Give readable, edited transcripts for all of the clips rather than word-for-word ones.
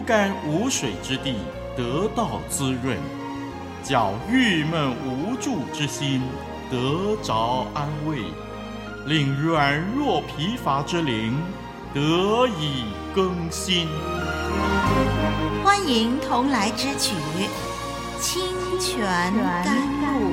干无水之地得到滋润，叫郁闷无助之心得着安慰，令软弱疲乏之灵得以更新。 欢迎同来之曲《清泉甘露》。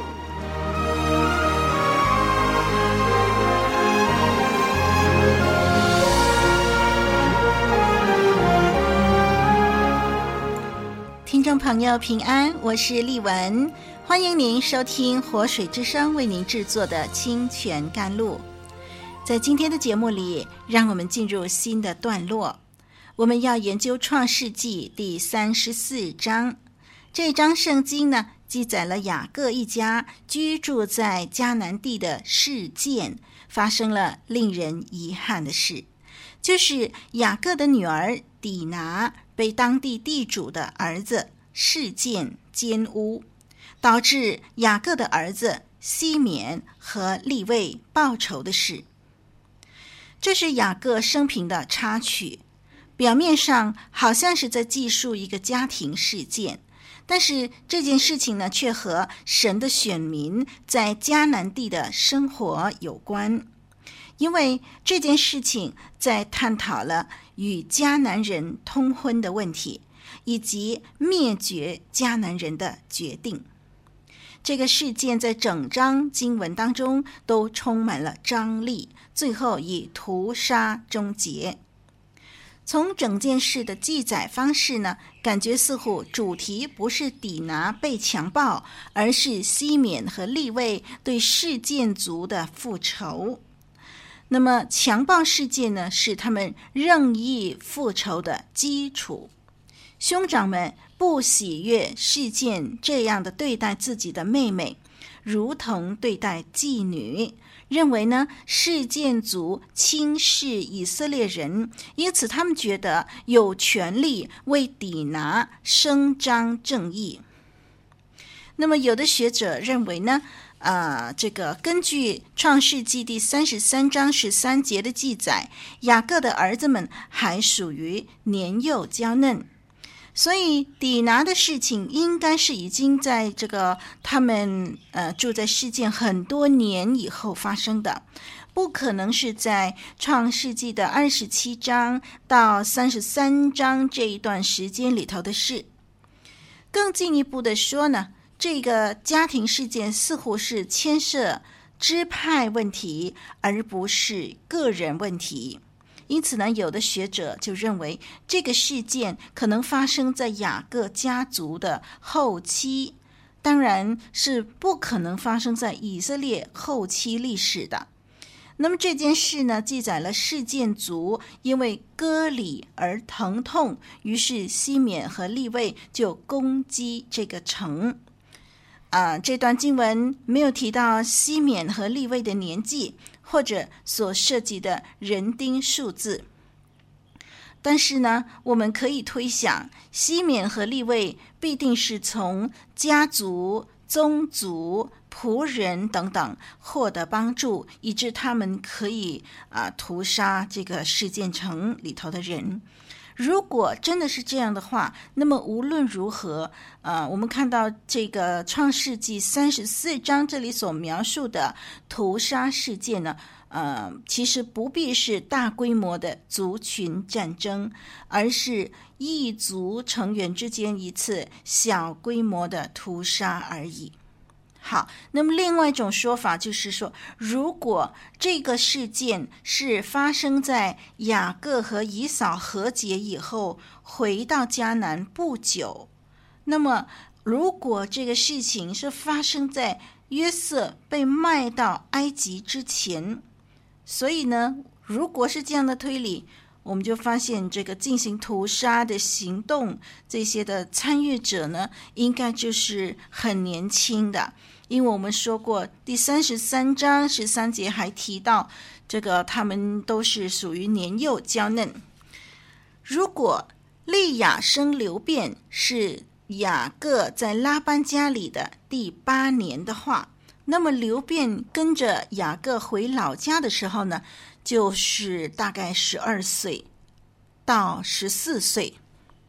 听众朋友平安，我是丽文，欢迎您收听活水之声为您制作的清泉甘露。在今天的节目里，让我们进入新的段落，我们要研究创世纪第34章。这章圣经呢，记载了雅各一家居住在迦南地的事件，发生了令人遗憾的事，就是雅各的女儿底拿被当地地主的儿子示剑奸污，导致雅各的儿子西缅和利未报仇的事。这是雅各生平的插曲，表面上好像是在记述一个家庭事件，但是这件事情呢，却和神的选民在迦南地的生活有关。因为这件事情在探讨了与迦南人通婚的问题，以及灭绝迦南人的决定。这个事件在整章经文当中都充满了张力，最后以屠杀终结。从整件事的记载方式呢，感觉似乎主题不是底拿被强暴，而是西缅和利未对示剑族的复仇。那么强暴事件呢，是他们任意复仇的基础。兄长们不喜悦示剑这样的对待自己的妹妹，如同对待妓女，认为呢示剑族轻视以色列人，因此他们觉得有权利为底拿伸张正义。那么有的学者认为呢，根据创世纪第33章13节的记载，雅各的儿子们还属于年幼娇嫩，所以底拿的事情应该是已经在他们住在世界很多年以后发生的，不可能是在创世纪的27章到33章这一段时间里头的事。更进一步的说呢，这个家庭事件似乎是牵涉支派问题，而不是个人问题。因此呢，有的学者就认为这个事件可能发生在雅各家族的后期，当然是不可能发生在以色列后期历史的。那么这件事呢，记载了示剑族因为割礼而疼痛，于是西缅和利未就攻击这个城。这段经文没有提到西缅和利未的年纪，或者所涉及的人丁数字，但是呢，我们可以推想，西缅和利未必定是从家族、宗族、仆人等等获得帮助，以致他们可以屠杀这个示剑城里头的人。如果真的是这样的话，那么无论如何，我们看到这个创世纪34章这里所描述的屠杀事件呢，其实不必是大规模的族群战争，而是异族成员之间一次小规模的屠杀而已。好，那么另外一种说法就是说，如果这个事件是发生在雅各和以扫和解以后回到迦南不久，那么如果这个事情是发生在约瑟被卖到埃及之前，所以呢，如果是这样的推理，我们就发现这个进行屠杀的行动，这些的参与者呢，应该就是很年轻的。因为我们说过第33章13节还提到他们都是属于年幼娇嫩。如果利亚生流便是雅各在拉班家里的第8年的话，那么流便跟着雅各回老家的时候呢，就是大概12岁到14岁。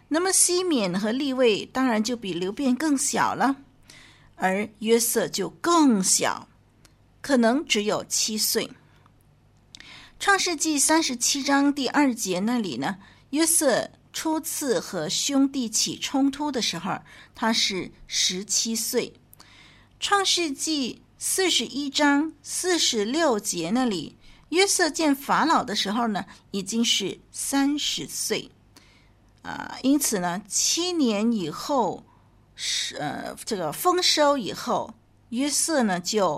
那么西缅和利未当然就比流便更小了，而约瑟就更小，可能只有7岁。创世纪37章第2节那里呢，约瑟初次和兄弟起冲突的时候，他是17岁。创世纪41章46节那里，约瑟见法老的时候呢，已经是30岁。因此呢，7年以后，这个丰收以后，约瑟呢就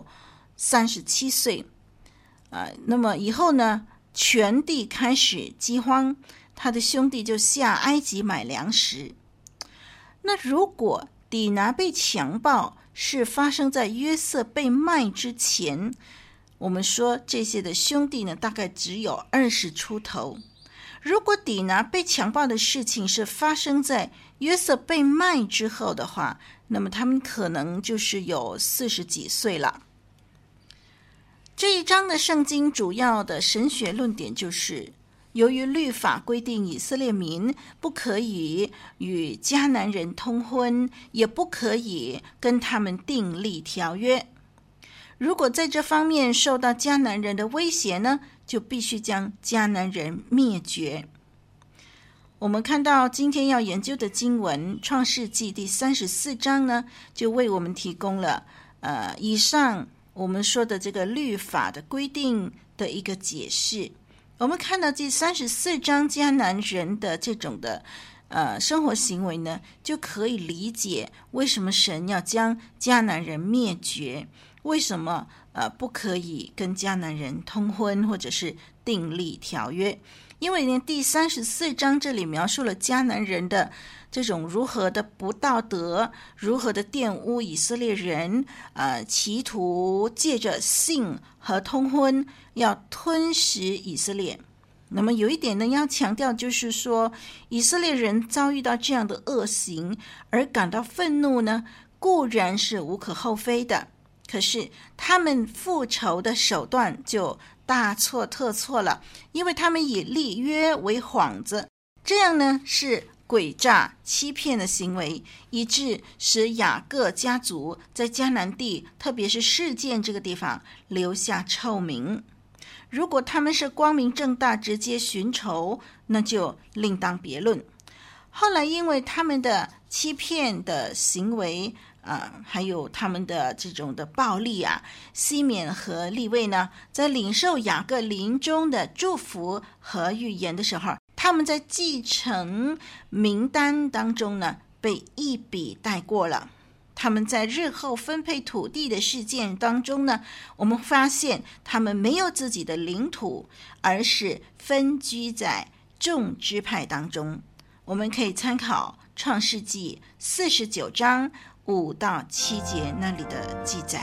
37岁。那么以后呢，全地开始饥荒，他的兄弟就下埃及买粮食。那如果底拿被强暴是发生在约瑟被卖之前，我们说这些的兄弟呢，大概只有20出头。如果底拿被强暴的事情是发生在约瑟被卖之后的话，那么他们可能就是有40几岁了。这一章的圣经主要的神学论点就是，由于律法规定以色列民不可以与迦南人通婚，也不可以跟他们订立条约。如果在这方面受到迦南人的威胁呢，就必须将迦南人灭绝。我们看到今天要研究的经文创世纪第34章呢，就为我们提供了以上我们说的这个律法的规定的一个解释。我们看到第34章迦南人的这种的生活行为呢，就可以理解为什么神要将迦南人灭绝，为什么不可以跟迦南人通婚或者是订立条约。因为呢，第34章这里描述了迦南人的这种如何的不道德，如何的玷污以色列人，企图借着性和通婚要吞噬以色列。那么有一点呢，要强调就是说，以色列人遭遇到这样的恶行而感到愤怒呢，固然是无可厚非的，可是他们复仇的手段就大错特错了，因为他们以立约为幌子，这样呢是诡诈欺骗的行为，以致使雅各家族在迦南地，特别是示剑这个地方留下臭名。如果他们是光明正大直接寻仇，那就另当别论。后来因为他们的欺骗的行为还有他们的这种的暴力西缅和利未呢，在领受雅各临终的祝福和预言的时候，他们在继承名单当中呢被一笔带过了。他们在日后分配土地的事件当中呢，我们发现他们没有自己的领土，而是分居在众支派当中。我们可以参考创世纪49章5到7节那里的记载。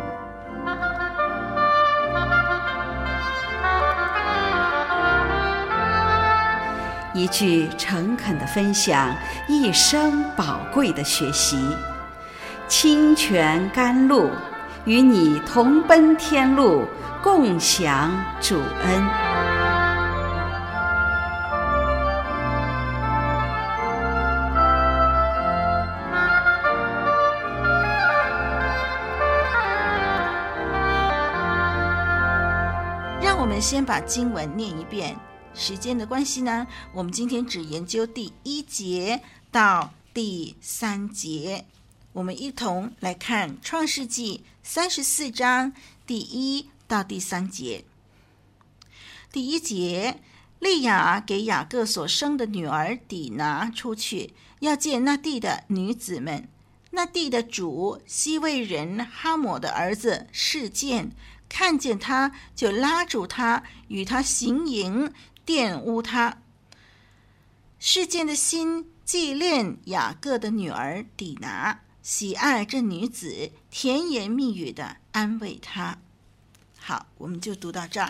一句诚恳的分享，一生宝贵的学习。清泉甘露，与你同奔天路，共享主恩。 让我们先把经文念一遍，时间的关系呢，我们今天只研究第1节到第3节。我们一同来看创世纪34章第1到第3节。第1节，利亚给雅各所生的女儿底拿出去，要见那地的女子们。那地的主西魏人哈抹的儿子示剑，看见他就拉住他，与他行淫，玷污他。示剑的心纪恋雅各的女儿底拿，喜爱这女子，甜言蜜语的安慰她。好，我们就读到这儿。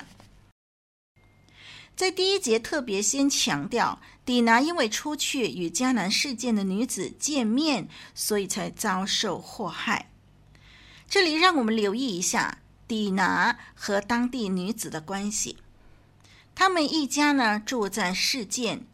在第1节特别先强调，底拿因为出去与迦南示剑的女子见面，所以才遭受祸害。这里让我们留意一下底拿和当地女子的关系。他们一家呢住在示剑，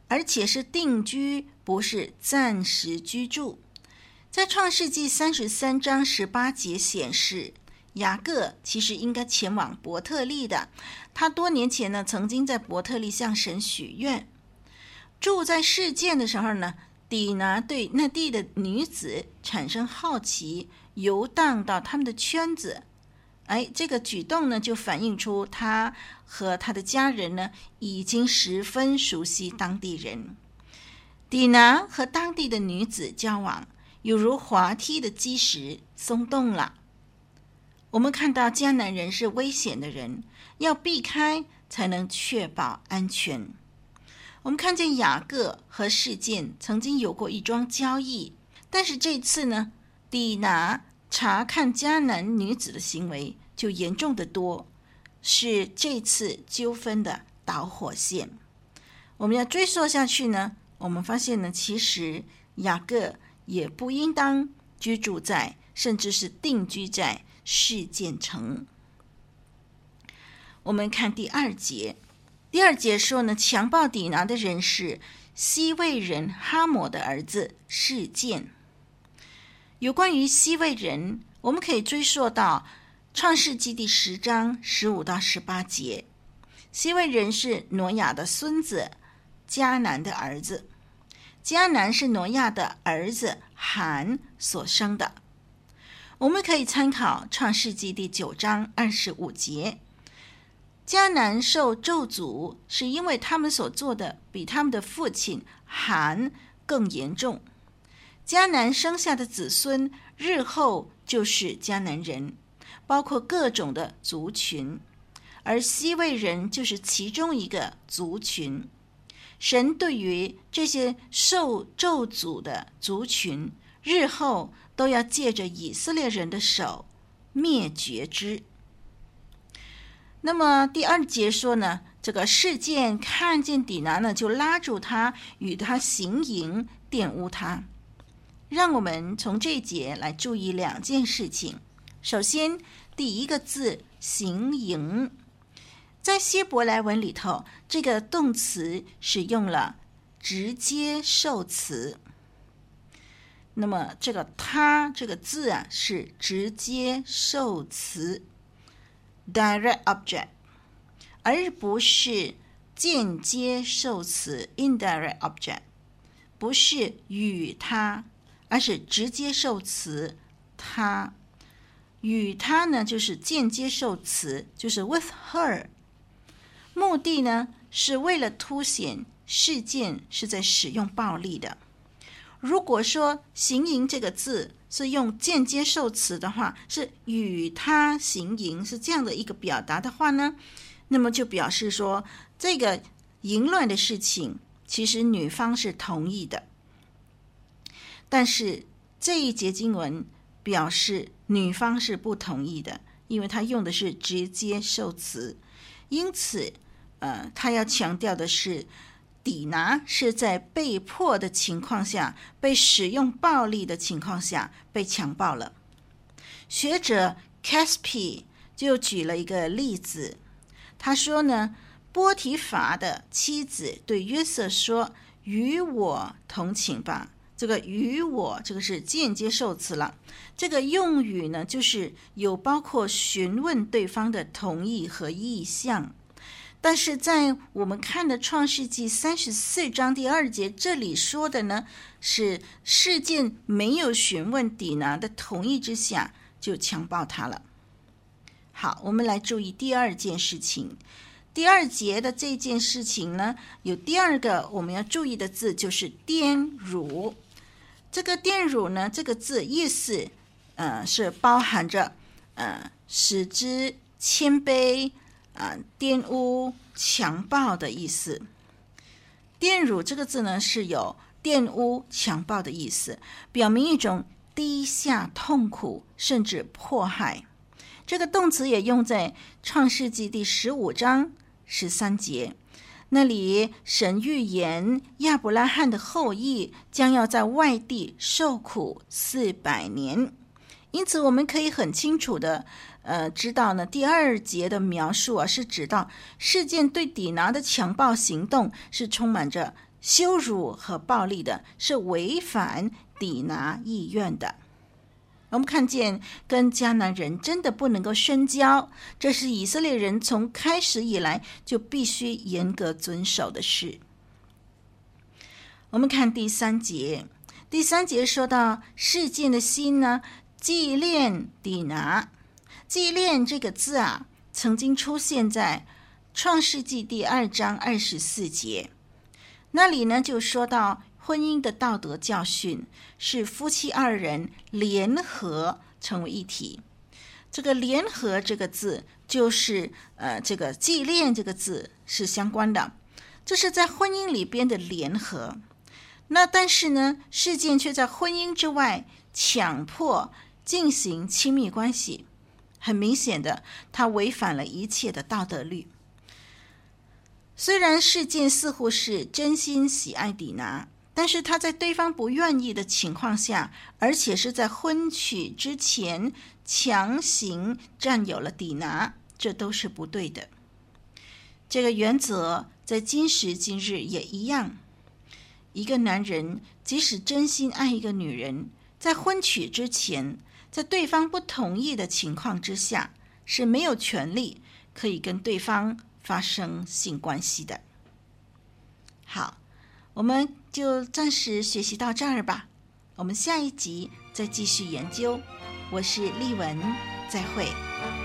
而且是定居，不是暂时居住。在创世纪33章18节显示，雅各其实应该前往伯特利的，他多年前呢曾经在伯特利向神许愿。住在示剑的时候呢，底拿对那地的女子产生好奇，游荡到他们的圈子。这个举动呢，就反映出他和他的家人呢，已经十分熟悉当地人。底拿和当地的女子交往，有如滑梯的基石松动了。我们看到迦南人是危险的人，要避开才能确保安全。我们看见雅各和示剑曾经有过一桩交易，但是这次呢，底拿查看迦南女子的行为就严重得多，是这次纠纷的导火线。我们要追溯下去呢，我们发现呢，其实雅各也不应当居住在，甚至是定居在示剑城。我们看第二节，第二节说呢，强暴底拿的人是西魏人哈抹的儿子示剑。有关于西魏人，我们可以追溯到创世纪第10章15到18节。西魏人是挪亚的孙子迦南的儿子，迦南是挪亚的儿子含所生的。我们可以参考创世纪第9章25节。迦南受咒诅，是因为他们所做的比他们的父亲含更严重。迦南生下的子孙日后就是迦南人，包括各种的族群，而西魏人就是其中一个族群。神对于这些受咒诅的族群，日后都要借着以色列人的手灭绝之。那么第二节说呢，这个示剑看见底拿呢，就拉住他，与他行淫，玷污他。让我们从这一节来注意两件事情。首先，第一个字行淫，在希伯来文里头，这个动词使用了直接受词。那么这个他这个字啊，是直接受词 direct object， 而不是间接受词 indirect object， 不是与他，而是直接受词他。与他呢，就是间接受词，就是 with her。 目的呢，是为了凸显示剑是在使用暴力的。如果说行淫这个字是用间接受词的话，是与他行淫，是这样的一个表达的话呢，那么就表示说这个淫乱的事情其实女方是同意的。但是这一节经文表示女方是不同意的，因为他用的是直接受词。因此他要强调的是，底拿是在被迫的情况下，被使用暴力的情况下被强暴了。学者 Caspi 就举了一个例子，他说呢，波提乏的妻子对约瑟说，与我同寝吧。这个与我，这个是间接受词了。这个用语呢，就是有包括询问对方的同意和意向。但是在我们看的创世纪34章第2节，这里说的呢，是示剑没有询问底拿的同意之下就强暴他了。好，我们来注意第二件事情。第二节的这件事情呢，有第二个我们要注意的字，就是玷辱。这个玷辱呢，这个字意思是包含着使之谦卑玷污强暴的意思。玷辱这个字呢，是有玷污强暴的意思，表明一种低下痛苦甚至迫害。这个动词也用在创世纪第15章13节，那里神预言亚伯拉罕的后裔将要在外地受苦400年。因此我们可以很清楚的知道呢，第2节的描述是指到示剑对底拿的强暴行动是充满着羞辱和暴力的，是违反底拿意愿的。我们看见跟迦南人真的不能够深交，这是以色列人从开始以来就必须严格遵守的事。我们看第3节，第3节说到示剑的心呢，纪念底拿。纪念这个字啊，曾经出现在创世纪第2章24节，那里呢就说到婚姻的道德教训是夫妻2人联合成为一体。这个联合这个字就是这个纪念这个字是相关的，这是在婚姻里边的联合。那但是呢，示剑却在婚姻之外强迫进行亲密关系，很明显的他违反了一切的道德律。虽然示剑似乎是真心喜爱底拿，但是他在对方不愿意的情况下，而且是在婚娶之前强行占有了底拿，这都是不对的。这个原则在今时今日也一样，一个男人即使真心爱一个女人，在婚娶之前，在对方不同意的情况之下，是没有权利可以跟对方发生性关系的。好，我们就暂时学习到这儿吧，我们下一集再继续研究。我是丽文，再会。